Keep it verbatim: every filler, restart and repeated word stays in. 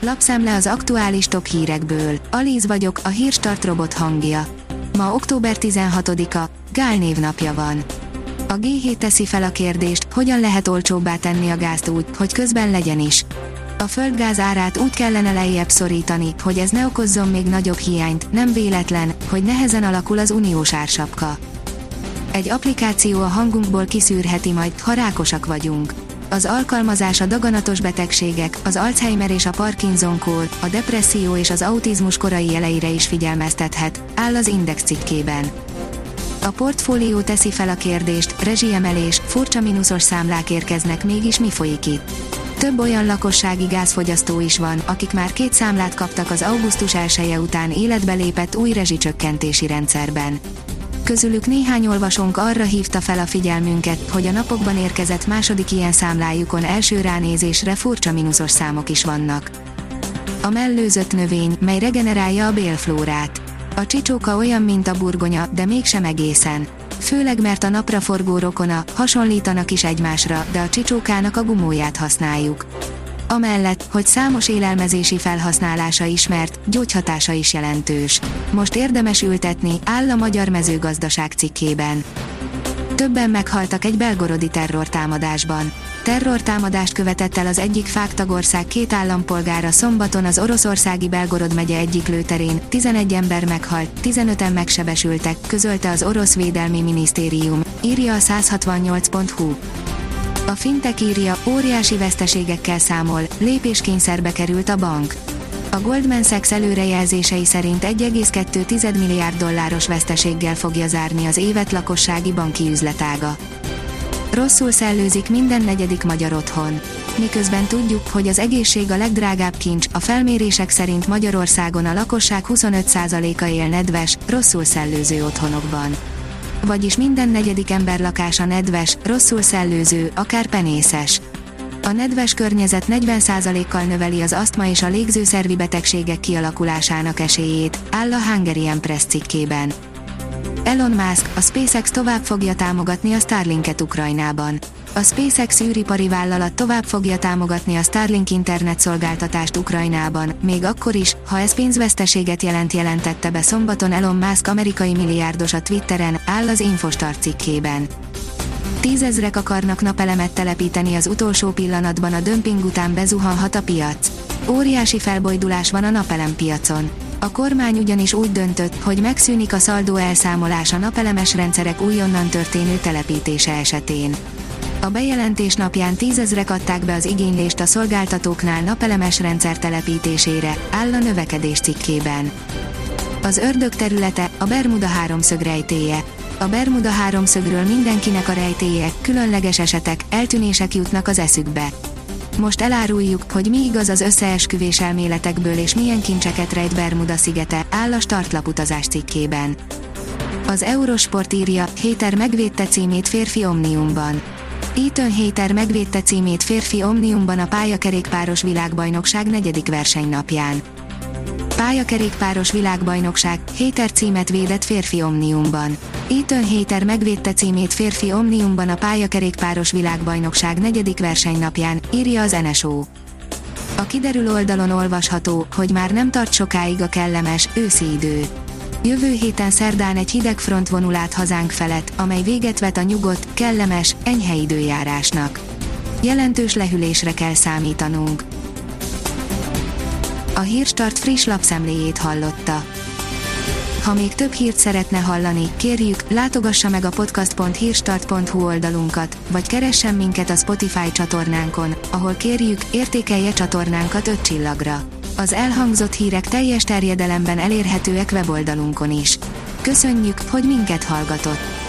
Lapszemle az aktuális top hírekből. Alíz vagyok, a Hírstart robot hangja. Ma október tizenhatodika, Gál névnapja van. A gé hét teszi fel a kérdést, hogyan lehet olcsóbbá tenni a gázt úgy, hogy közben legyen is. A földgáz árát úgy kellene lejjebb szorítani, hogy ez ne okozzon még nagyobb hiányt, nem véletlen, hogy nehezen alakul az uniós ársapka. Egy applikáció a hangunkból kiszűrheti majd, ha rákosak vagyunk. Az alkalmazás a daganatos betegségek, az Alzheimer és a Parkinson-kór, a depresszió és az autizmus korai jeleire is figyelmeztethet, áll az Index cikkében. A portfólió teszi fel a kérdést, rezsiemelés, furcsa mínuszos számlák érkeznek, mégis mi folyik itt? Több olyan lakossági gázfogyasztó is van, akik már két számlát kaptak az augusztus elseje után életbe lépett új rezsicsökkentési rendszerben. Közülük néhány olvasónk arra hívta fel a figyelmünket, hogy a napokban érkezett második ilyen számlájukon első ránézésre furcsa mínuszos számok is vannak. A mellőzött növény, mely regenerálja a bélflórát. A csicsóka olyan, mint a burgonya, de mégsem egészen. Főleg mert a napraforgó rokona, hasonlítanak is egymásra, de a csicsókának a gumóját használjuk. Amellett, hogy számos élelmezési felhasználása ismert, gyógyhatása is jelentős. Most érdemes ültetni, áll a Magyar Mezőgazdaság cikkében. Többen meghaltak egy belgorodi terrortámadásban. Terrortámadást követett el az egyik fák tagország két állampolgára szombaton az oroszországi Belgorod megye egyik lőterén, tizenegy ember meghalt, tizenöten megsebesültek, közölte az orosz védelmi minisztérium, írja a száz hatvannyolc pont hu. A Fintech írja, óriási veszteségekkel számol, lépéskényszerbe került a bank. A Goldman Sachs előrejelzései szerint egy egész kettő milliárd dolláros veszteséggel fogja zárni az évet lakossági banki üzletága. Rosszul szellőzik minden negyedik magyar otthon. Miközben tudjuk, hogy az egészség a legdrágább kincs, a felmérések szerint Magyarországon a lakosság huszonöt százaléka él nedves, rosszul szellőző otthonokban. Vagyis minden negyedik ember lakása nedves, rosszul szellőző, akár penészes. A nedves környezet negyven százalékkal növeli az asztma és a légzőszervi betegségek kialakulásának esélyét, áll a Hungarian Press cikkében. Elon Musk, a SpaceX tovább fogja támogatni a Starlinket Ukrajnában. A SpaceX űripari vállalat tovább fogja támogatni a Starlink internetszolgáltatást Ukrajnában, még akkor is, ha ez pénzveszteséget jelent, jelentette be szombaton Elon Musk amerikai milliárdos a Twitteren, áll az Infostart cikkében. Tízezrek akarnak napelemet telepíteni az utolsó pillanatban, a dömping után bezuhanhat a piac. Óriási felbojdulás van a napelempiacon. A kormány ugyanis úgy döntött, hogy megszűnik a szaldó elszámolás a napelemes rendszerek újonnan történő telepítése esetén. A bejelentés napján tízezrek adták be az igénylést a szolgáltatóknál napelemes rendszer telepítésére, áll a Növekedés cikkében. Az ördög területe, a Bermuda háromszög rejtélye. A Bermuda háromszögről mindenkinek a rejtélye, különleges esetek, eltűnések jutnak az eszükbe. Most eláruljuk, hogy mi igaz az összeesküvés elméletekből és milyen kincseket rejt Bermuda szigete, áll a Startlaputazás cikkében. Az Eurosport írja, Héter megvédte címét férfi Omniumban. Ethan Hayter megvédte címét férfi Omniumban a pályakerékpáros világbajnokság negyedik versenynapján. Pályakerékpáros világbajnokság, Hayter címet védett férfi Omniumban. Ethan Hayter megvédte címét férfi Omniumban a pályakerékpáros világbajnokság negyedik versenynapján, írja az en es o. A kiderül oldalon olvasható, hogy már nem tart sokáig a kellemes, őszi idő. Jövő héten szerdán egy hideg front vonul át hazánk felett, amely véget vet a nyugodt, kellemes, enyhe időjárásnak. Jelentős lehűlésre kell számítanunk. A Hírstart friss lapszemléjét hallotta. Ha még több hírt szeretne hallani, kérjük, látogassa meg a podcast pont hírstart pont hu oldalunkat, vagy keressen minket a Spotify csatornánkon, ahol kérjük, értékelje csatornánkat öt csillagra. Az elhangzott hírek teljes terjedelemben elérhetőek weboldalunkon is. Köszönjük, hogy minket hallgatott!